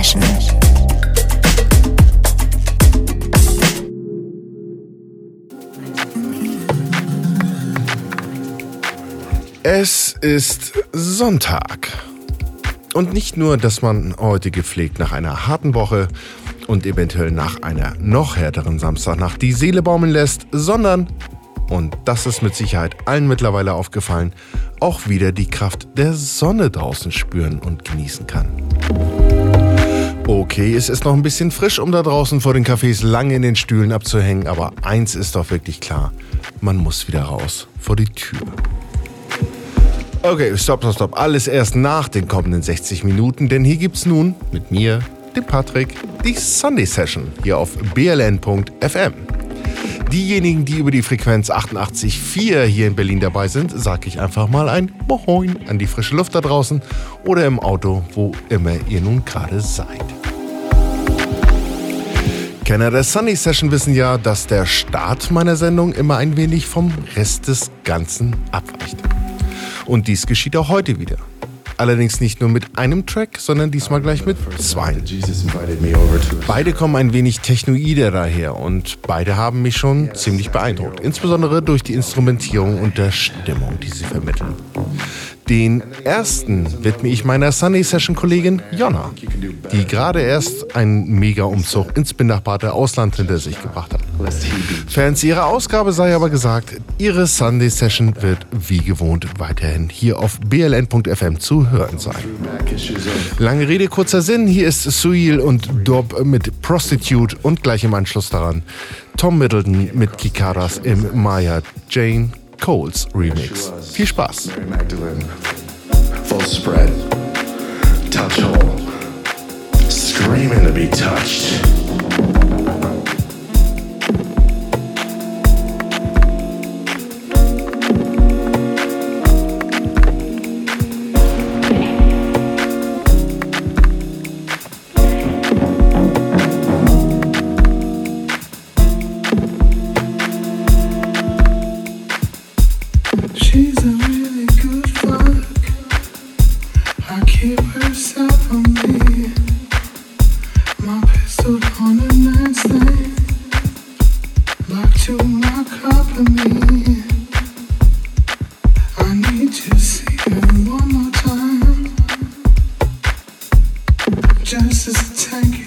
Session. Es ist Sonntag. Und nicht nur, dass man heute gepflegt nach einer harten Woche und eventuell nach einer noch härteren Samstagnacht die Seele baumeln lässt, sondern, und das ist mit Sicherheit allen mittlerweile aufgefallen, auch wieder die Kraft der Sonne draußen spüren und genießen kann. Okay, es ist noch ein bisschen frisch, um da draußen vor den Cafés lange in den Stühlen abzuhängen, aber eins ist doch wirklich klar, man muss wieder raus vor die Tür. Okay, stopp. Alles erst nach den kommenden 60 Minuten, denn hier gibt's nun mit mir, dem Patrick, die Sunday Session hier auf bln.fm. Diejenigen, die über die Frequenz 88,4 hier in Berlin dabei sind, sage ich einfach mal ein Moin an die frische Luft da draußen oder im Auto, wo immer ihr nun gerade seid. Kenner der Sunday Session wissen ja, dass der Start meiner Sendung immer ein wenig vom Rest des Ganzen abweicht. Und dies geschieht auch heute wieder. Allerdings nicht nur mit einem Track, sondern diesmal gleich mit zwei. Beide kommen ein wenig technoider daher und beide haben mich schon ziemlich beeindruckt. Insbesondere durch die Instrumentierung und der Stimmung, die sie vermitteln. Den ersten widme ich meiner Sunday-Session-Kollegin Jonna, die gerade erst einen Mega-Umzug ins benachbarte Ausland hinter sich gebracht hat. Fans ihrer Ausgabe sei aber gesagt, ihre Sunday-Session wird wie gewohnt weiterhin hier auf bln.fm zu hören sein. Lange Rede, kurzer Sinn, hier ist Suil und Dob mit Prostitute und gleich im Anschluss daran Tom Middleton mit Kikaras im Maya Jane Coles Remix. Viel Spaß. Mary Magdalene, full spread, touch hole, screaming to be touched. She's a really good fuck. I keep her side on me. My pistol on her nightstand, locked to my company. I need to see her one more time, just as a tank.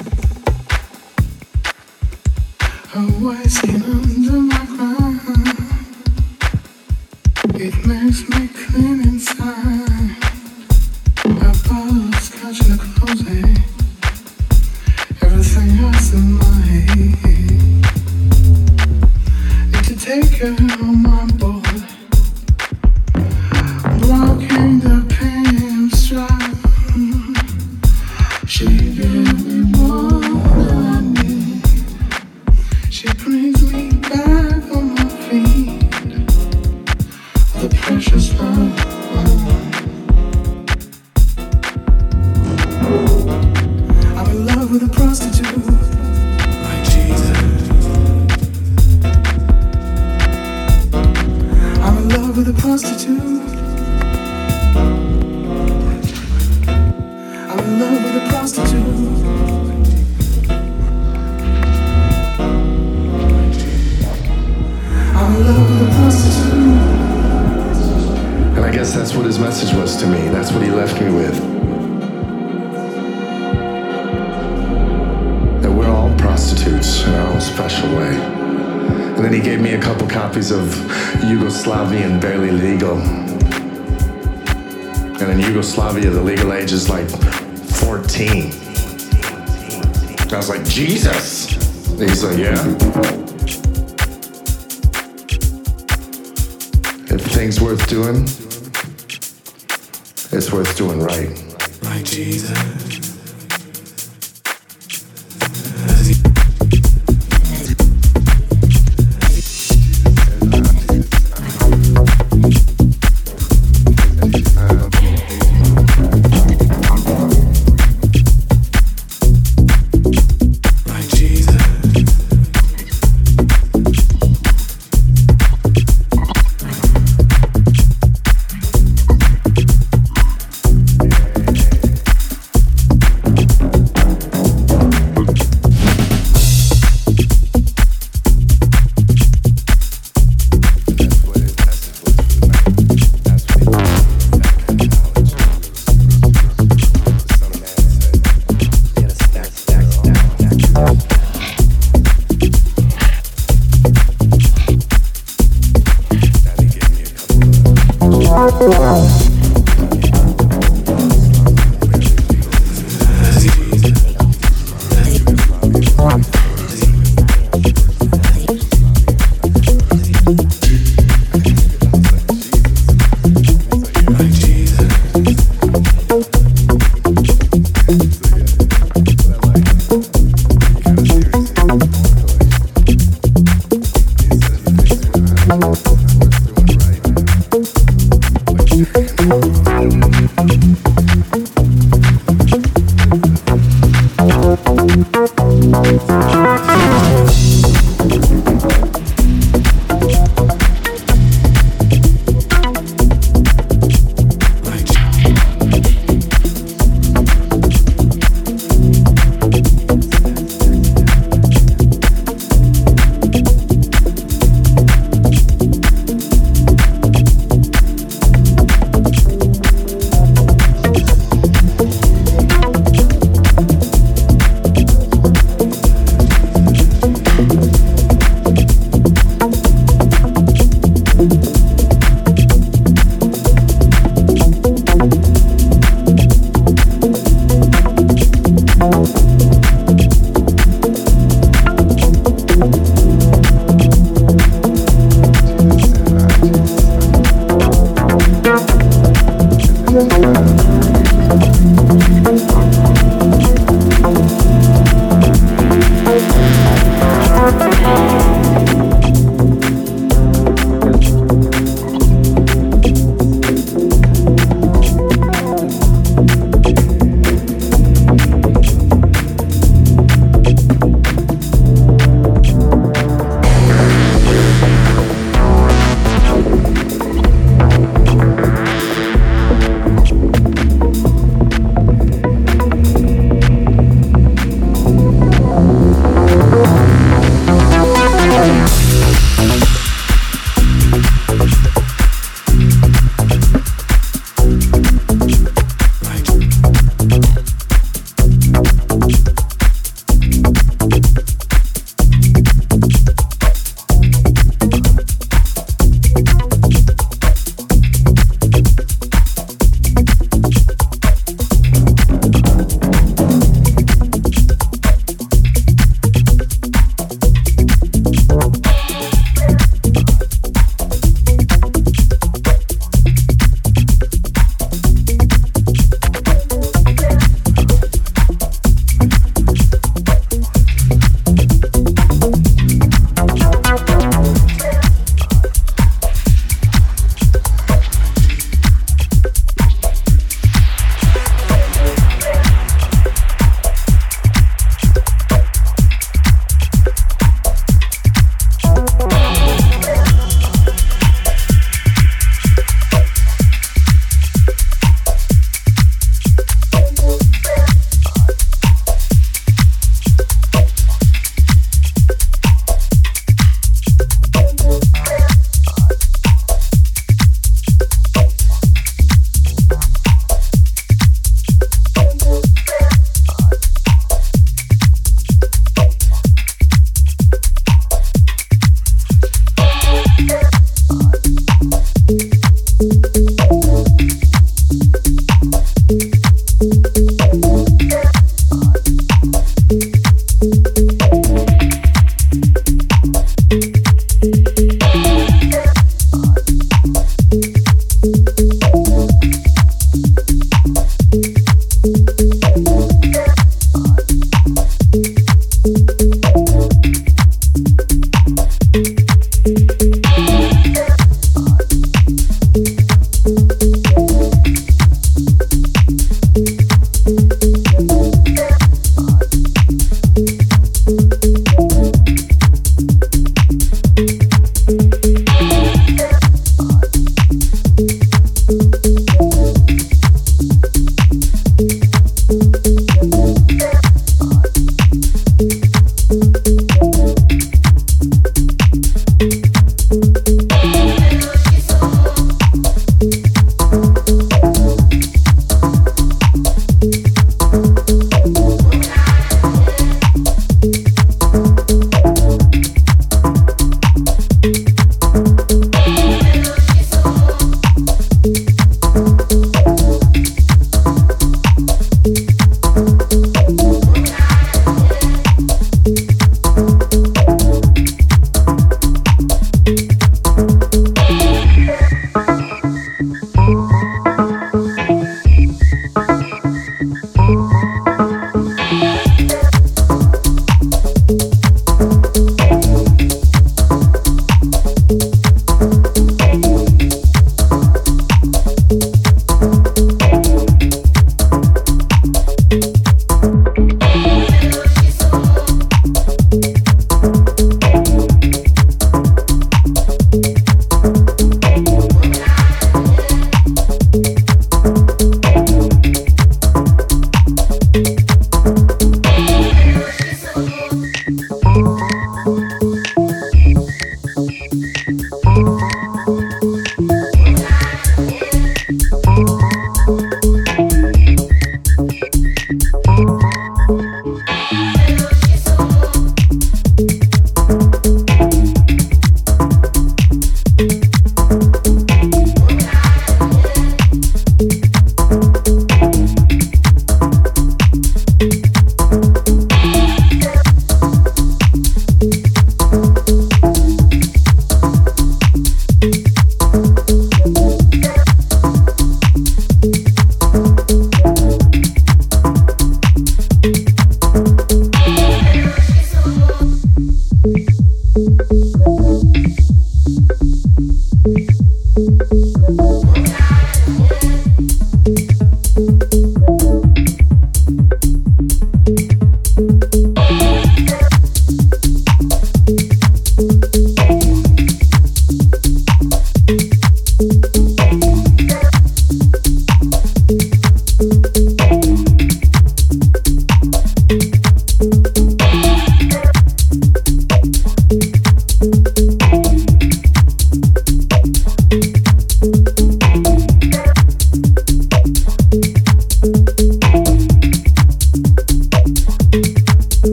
Her white skin under my crown. It makes me clean inside. My bottle's catching the closing. Everything else in my head. Need to take her on my board. Blocking the pain stride. She gives me more than I need. She brings me back on my feet. The precious love. I'm in love with a prostitute, like Jesus. I'm in love with a prostitute. I'm in love with a prostitute. I'm in love with a prostitute. And I guess that's what his message was to me. That's what he left me with. That we're all prostitutes in our own special way. And then he gave me a couple copies of Yugoslavian Barely Legal. And in Yugoslavia, the legal age is like 14. I was like, Jesus! And he's like, yeah? If things worth doing, it's worth doing right. Like Jesus.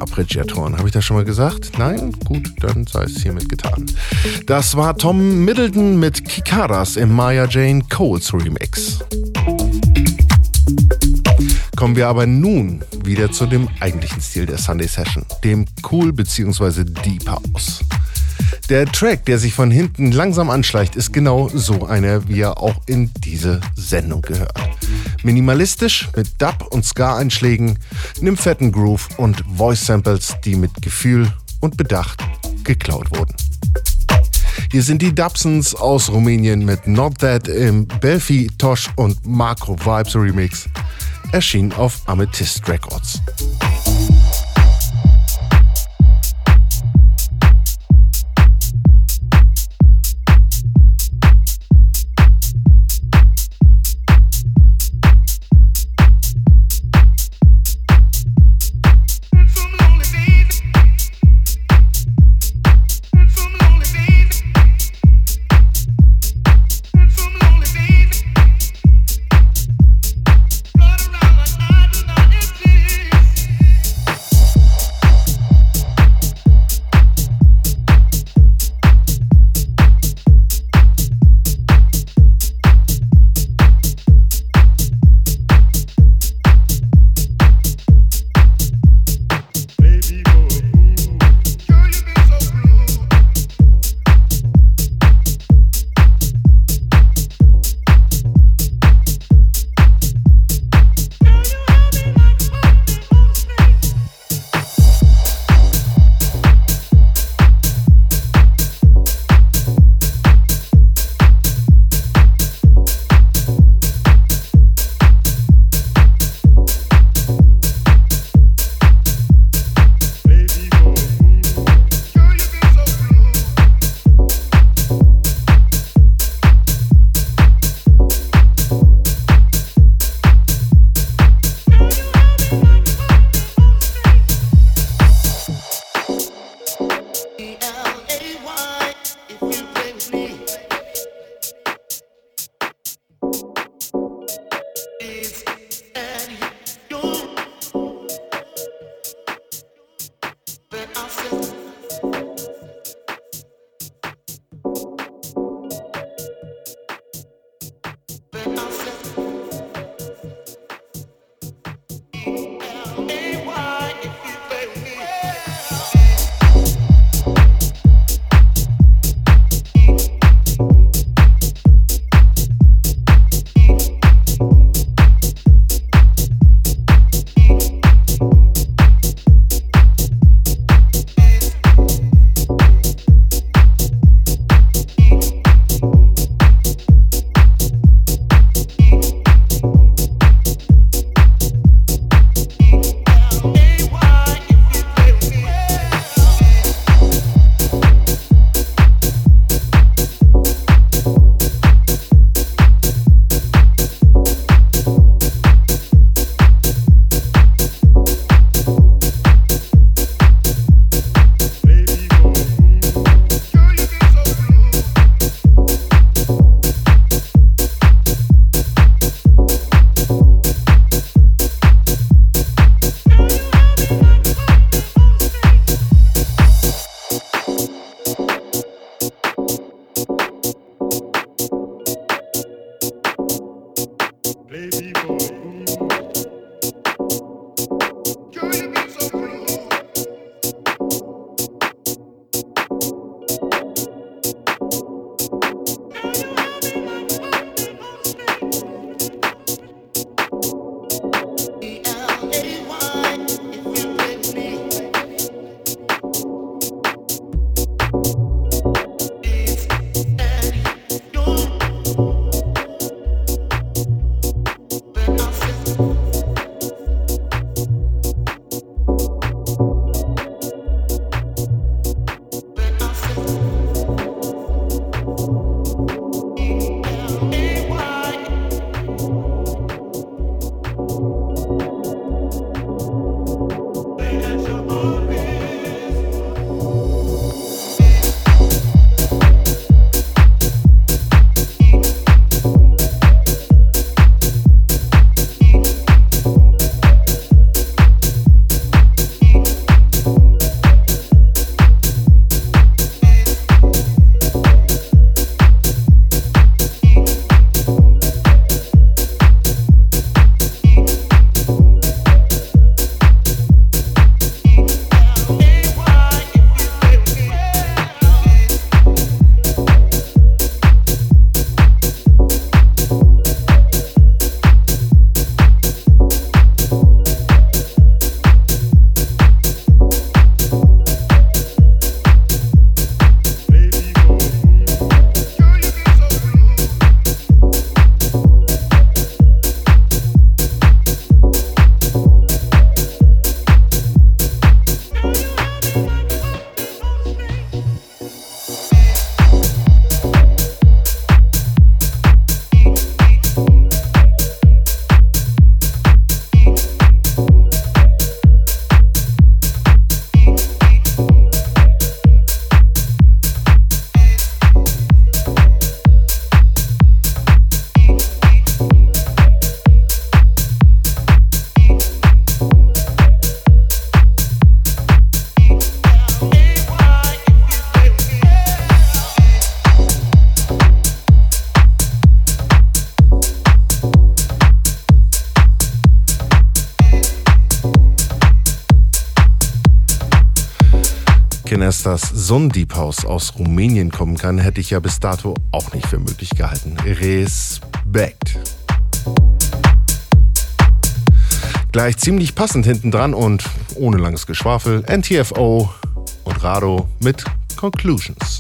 Arpeggiatoren. Habe ich das schon mal gesagt? Nein? Gut, dann sei es hiermit getan. Das war Tom Middleton mit Kikaras im Maya Jane Coles Remix. Kommen wir aber nun wieder zu dem eigentlichen Stil der Sunday Session, dem Cool bzw. Deep House. Der Track, der sich von hinten langsam anschleicht, ist genau so einer, wie er auch in diese Sendung gehört. Minimalistisch mit Dub- und Ska-Einschlägen, einem fetten Groove und Voice-Samples, die mit Gefühl und Bedacht geklaut wurden. Hier sind die Dubsons aus Rumänien mit Not That im Belfi, Tosh und Marco Vibes Remix, erschienen auf Amethyst Records. Kenners das so ein Deep House aus Rumänien kommen kann, hätte ich ja bis dato auch nicht für möglich gehalten. Respekt. Gleich ziemlich passend hinten dran und ohne langes Geschwafel NTFO und Rado mit Conclusions.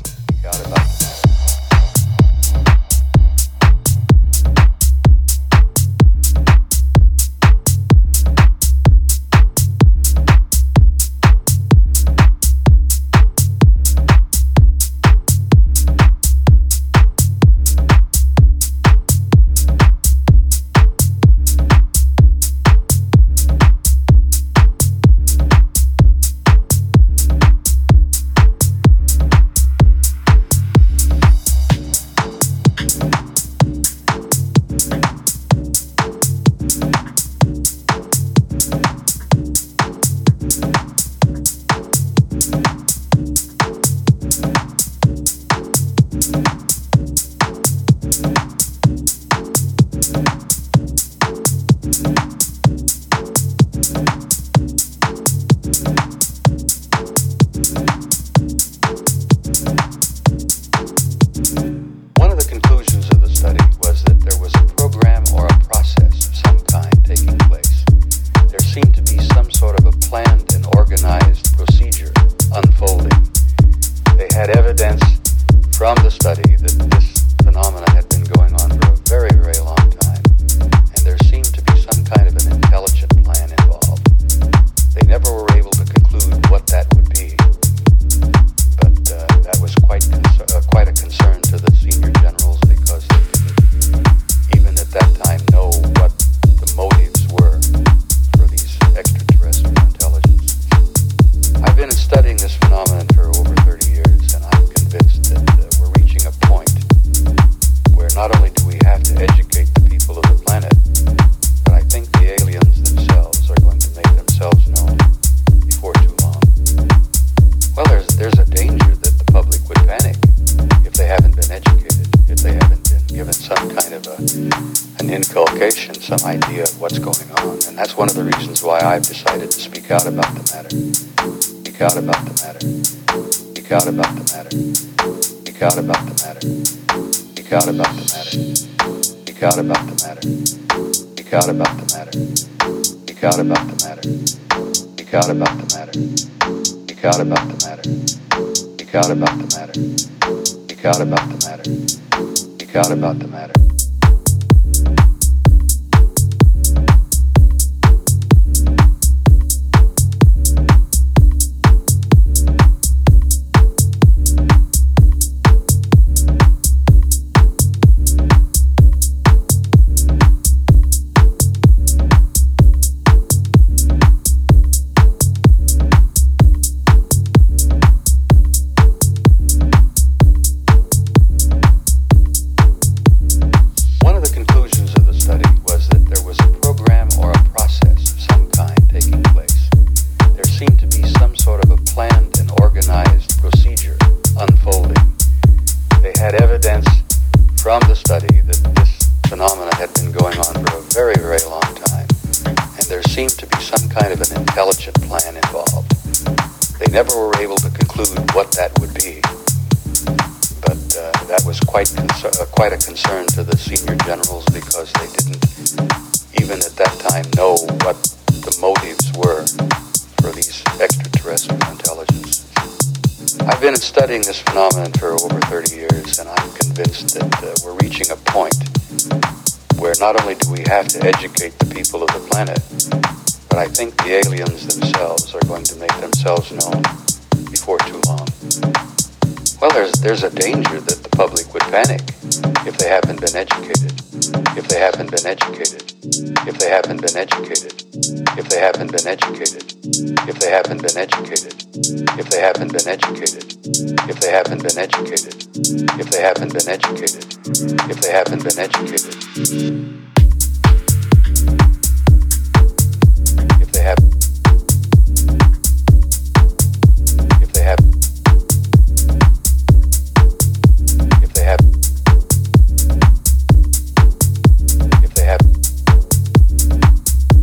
I've decided to speak out about the matter. Speak out about the matter. Speak out about the matter. Speak out about the matter. Speak out about the matter. Speak out about the matter. Speak out about the matter. Speak out about the matter. Speak out about the matter. Speak out about the matter. Speak out about the matter. Speak out about the matter. Speak out about the matter. Quite a concern to the senior generals because they didn't even at that time know what the motives were for these extraterrestrial intelligences. I've been studying this phenomenon for over 30 years and I'm convinced that we're reaching a point where not only do we have to educate the people of the planet, but I think the aliens themselves are going to make themselves known before too long. Well, there's a danger that the public would panic if they haven't been educated. If they haven't been educated. If they haven't been educated. If they haven't been educated. If they haven't been educated. If they haven't been educated. If they haven't been educated. If they haven't been educated. If they haven't been educated. If they have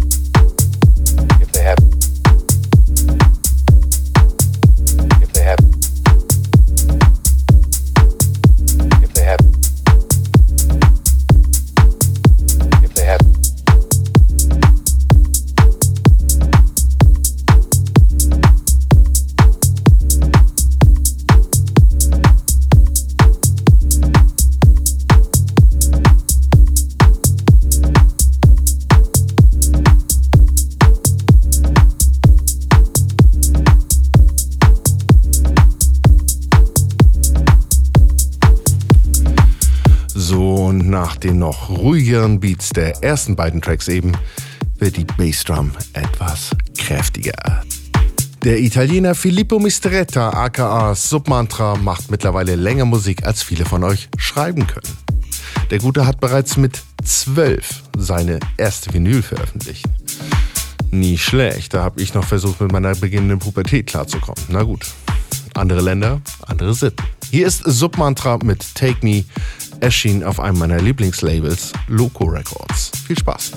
if they have Und nach den noch ruhigeren Beats der ersten beiden Tracks eben wird die Bassdrum etwas kräftiger. Der Italiener Filippo Mistretta aka Submantra macht mittlerweile länger Musik, als viele von euch schreiben können. Der Gute hat bereits mit 12 seine erste Vinyl veröffentlicht. Nie schlecht, da habe ich noch versucht, mit meiner beginnenden Pubertät klarzukommen. Na gut, andere Länder, andere Sitten. Hier ist Submantra mit Take Me, erschien auf einem meiner Lieblingslabels, Loco Records. Viel Spaß!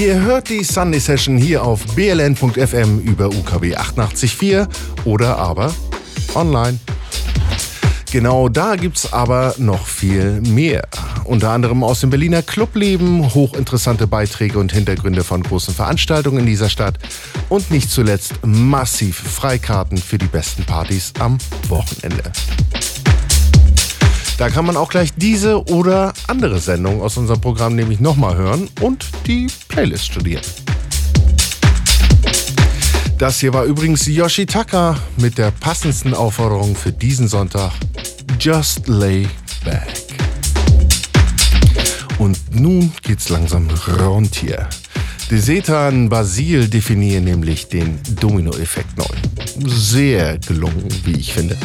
Ihr hört die Sunday Session hier auf bln.fm über UKW 88.4 oder aber online. Genau, da gibt's aber noch viel mehr. Unter anderem aus dem Berliner Clubleben, hochinteressante Beiträge und Hintergründe von großen Veranstaltungen in dieser Stadt und nicht zuletzt massiv Freikarten für die besten Partys am Wochenende. Da kann man auch gleich diese oder andere Sendung aus unserem Programm nämlich nochmal hören und die Playlist studieren. Das hier war übrigens Yoshitaka mit der passendsten Aufforderung für diesen Sonntag: Just Lay Back. Und nun geht's langsam rund hier. Desetan Basil definieren nämlich den Domino-Effekt neu. Sehr gelungen, wie ich finde.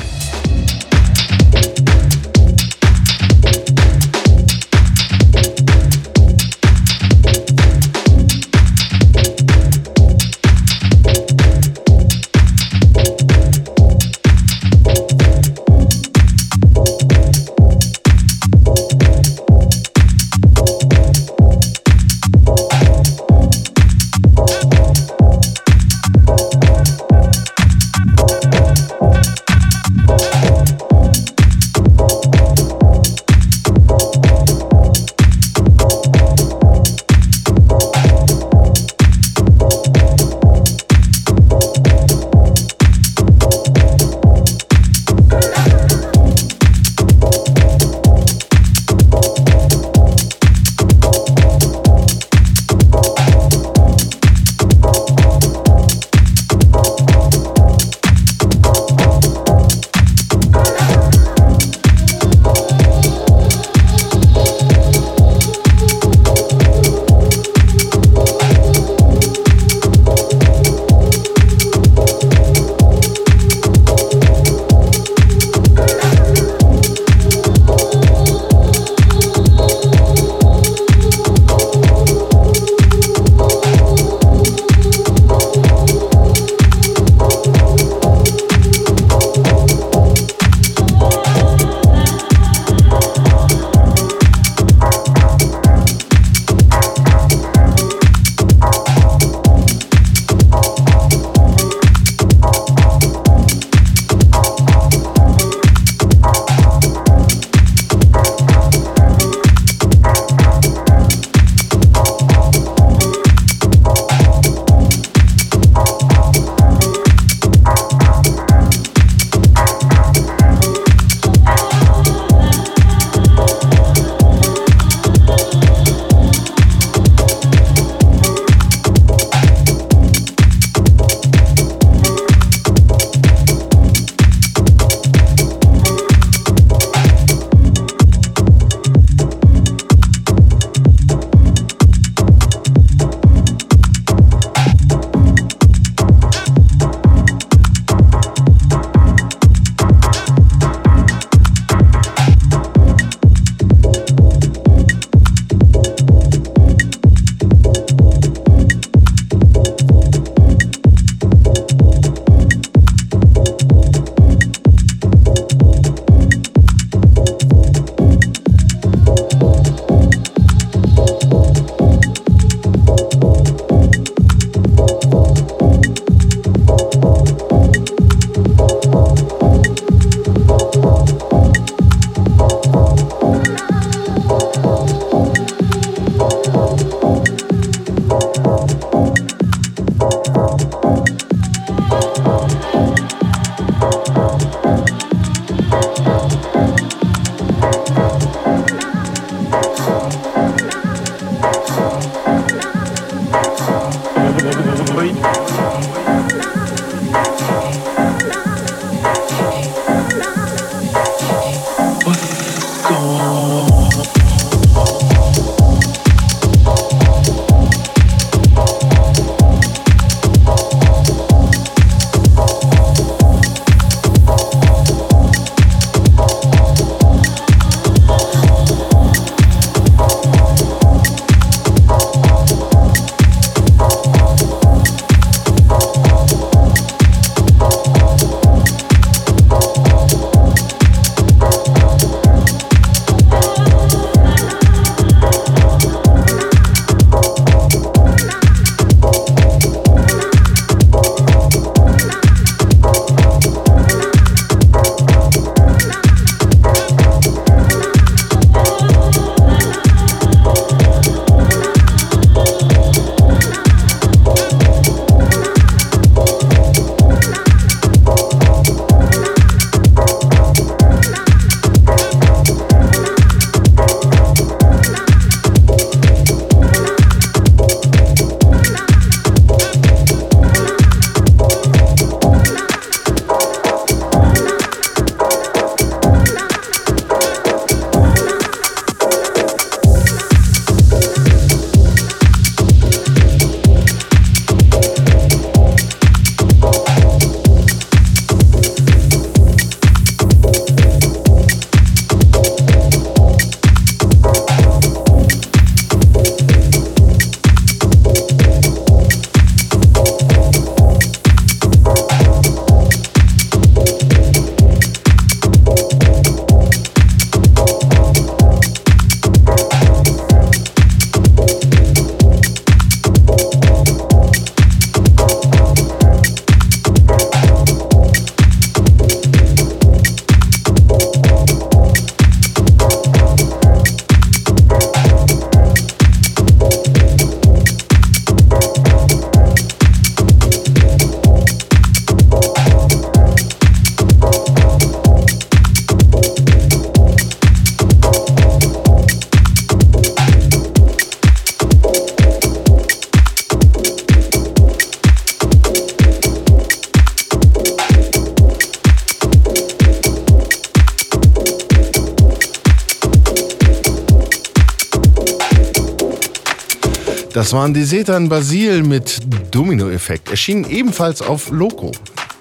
Das waren die Setan Basil mit Domino-Effekt, erschienen ebenfalls auf Loco.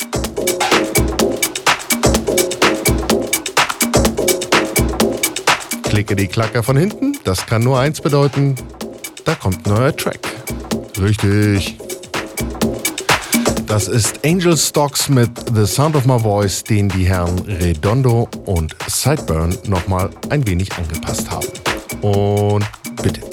Klicke die Klacker von hinten, das kann nur eins bedeuten, da kommt ein neuer Track. Richtig. Das ist Angel Stocks mit The Sound of My Voice, den die Herren Redondo und Sideburn nochmal ein wenig angepasst haben. Und bitte.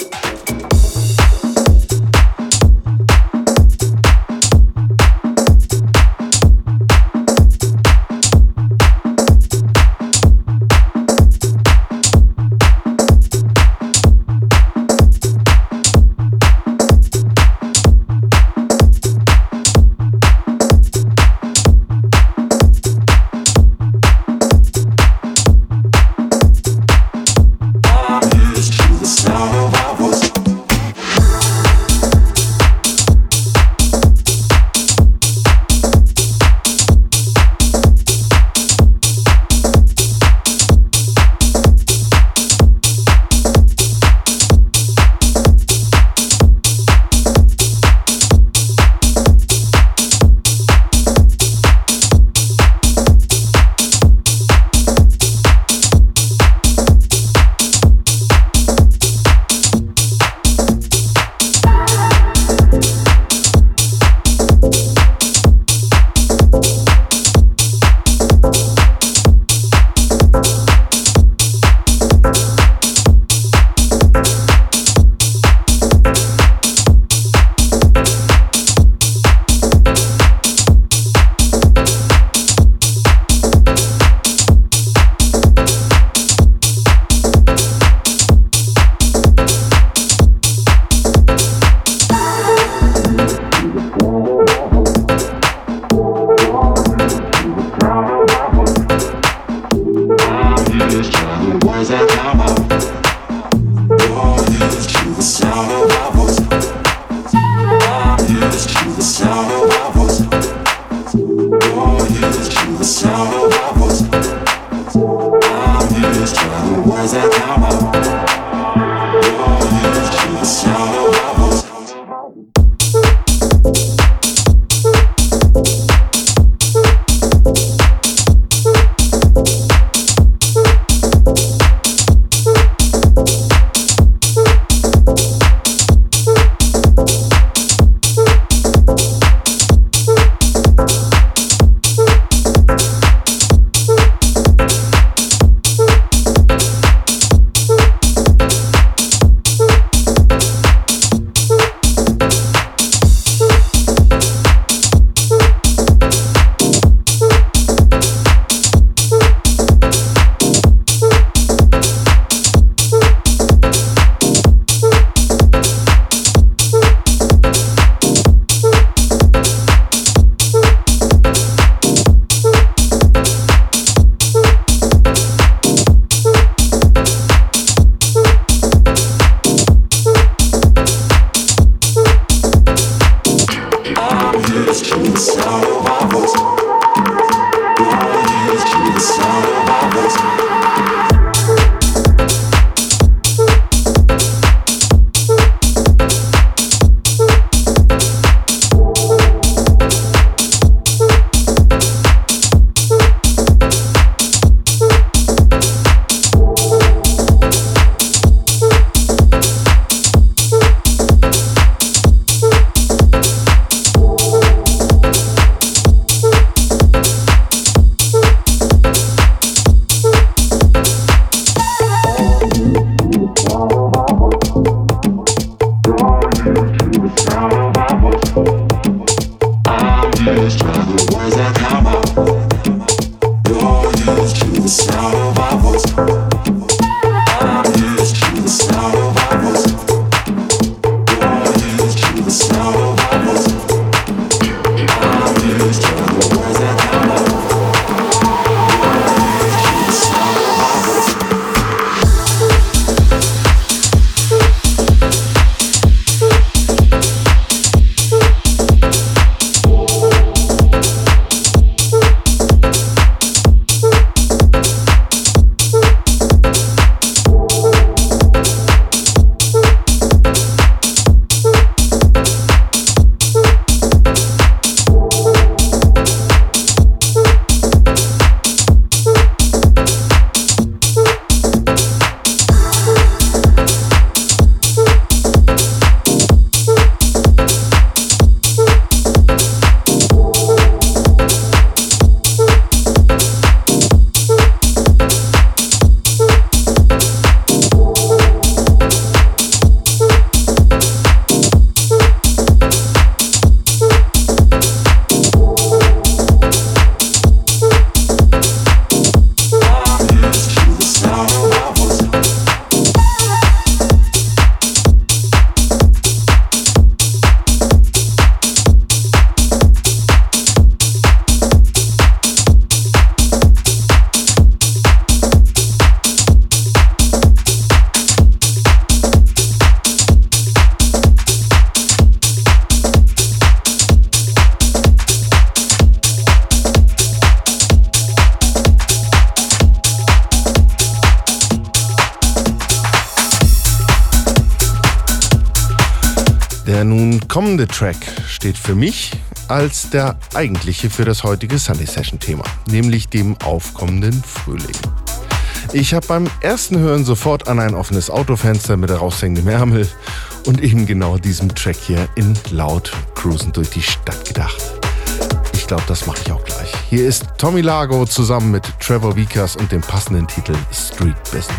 Der nun kommende Track steht für mich als der eigentliche für das heutige Sunday Session Thema, nämlich dem aufkommenden Frühling. Ich habe beim ersten Hören sofort an ein offenes Autofenster mit heraushängendem Ärmel und eben genau diesem Track hier in laut Cruisen durch die Stadt gedacht. Ich glaube, das mache ich auch gleich. Hier ist Tommy Lago zusammen mit Trevor Vickers und dem passenden Titel Street Business.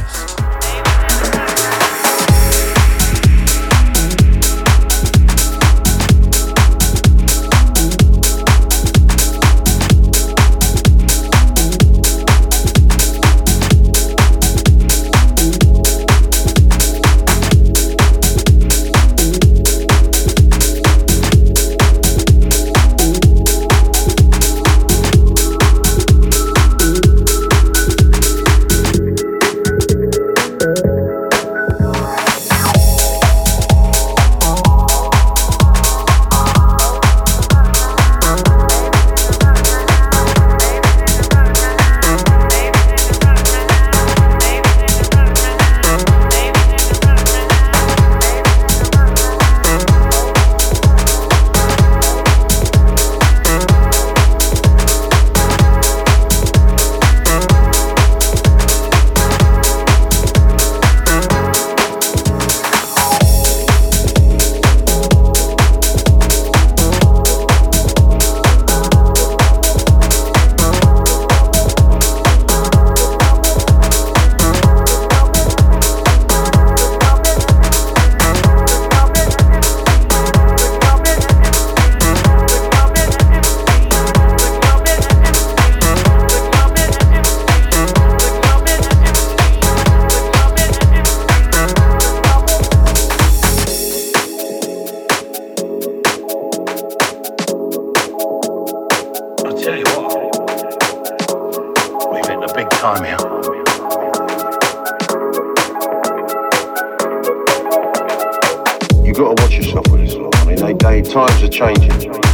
Times are changing.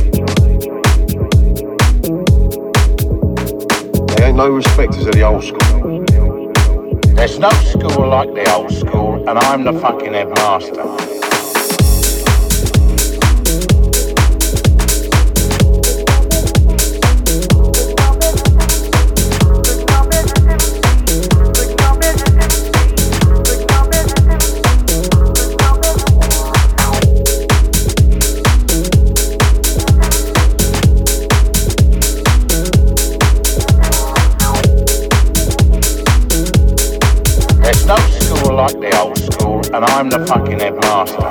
They ain't no respecters of the old school. There's no school like the old school, and I'm the fucking headmaster. Like the old school, and I'm the fucking headmaster.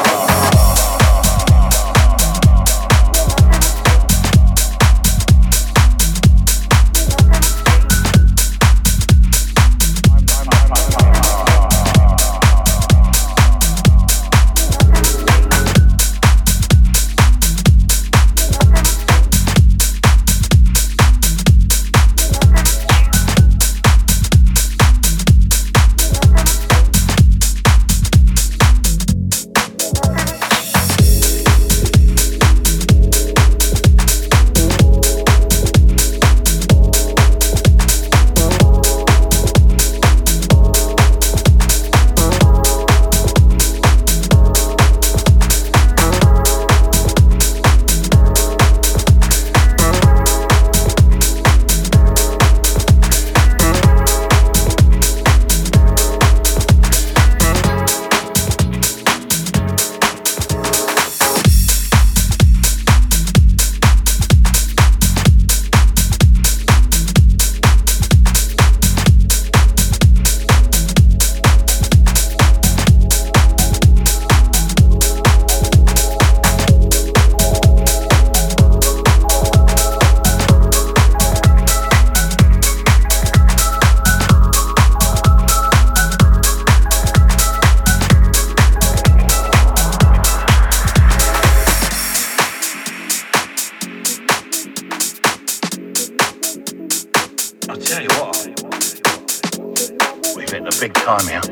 big time here.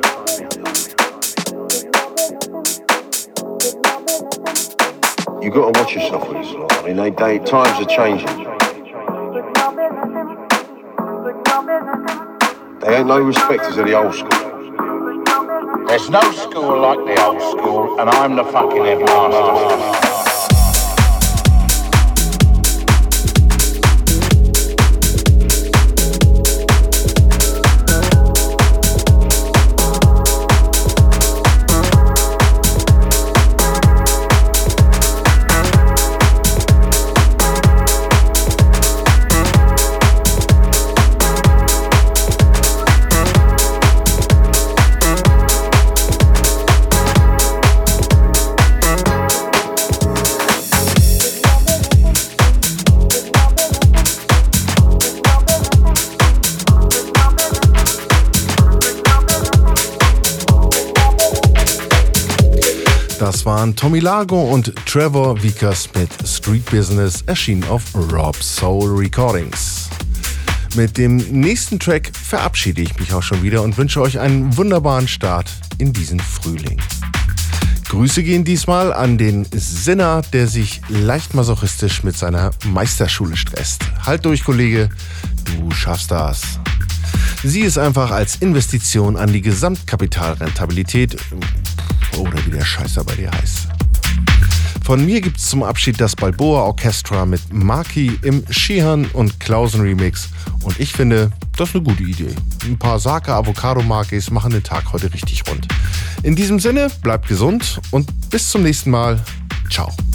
You got to watch yourself with this lot. I mean, times are changing. They ain't no respecters of the old school. There's no school like the old school, and I'm the fucking headmaster. Das waren Tommy Lago und Trevor Vickers mit Street Business, erschienen auf Rob Soul Recordings. Mit dem nächsten Track verabschiede ich mich auch schon wieder und wünsche euch einen wunderbaren Start in diesen Frühling. Grüße gehen diesmal an den Sinner, der sich leicht masochistisch mit seiner Meisterschule stresst. Halt durch, Kollege, du schaffst das. Sieh es einfach als Investition an die Gesamtkapitalrentabilität oder wie der Scheißer bei dir heißt. Von mir gibt's zum Abschied das Balboa Orchestra mit Maki im Sheehan und Clausen Remix und ich finde, das ist eine gute Idee. Ein paar Sake Avocado Makis machen den Tag heute richtig rund. In diesem Sinne, bleibt gesund und bis zum nächsten Mal. Ciao.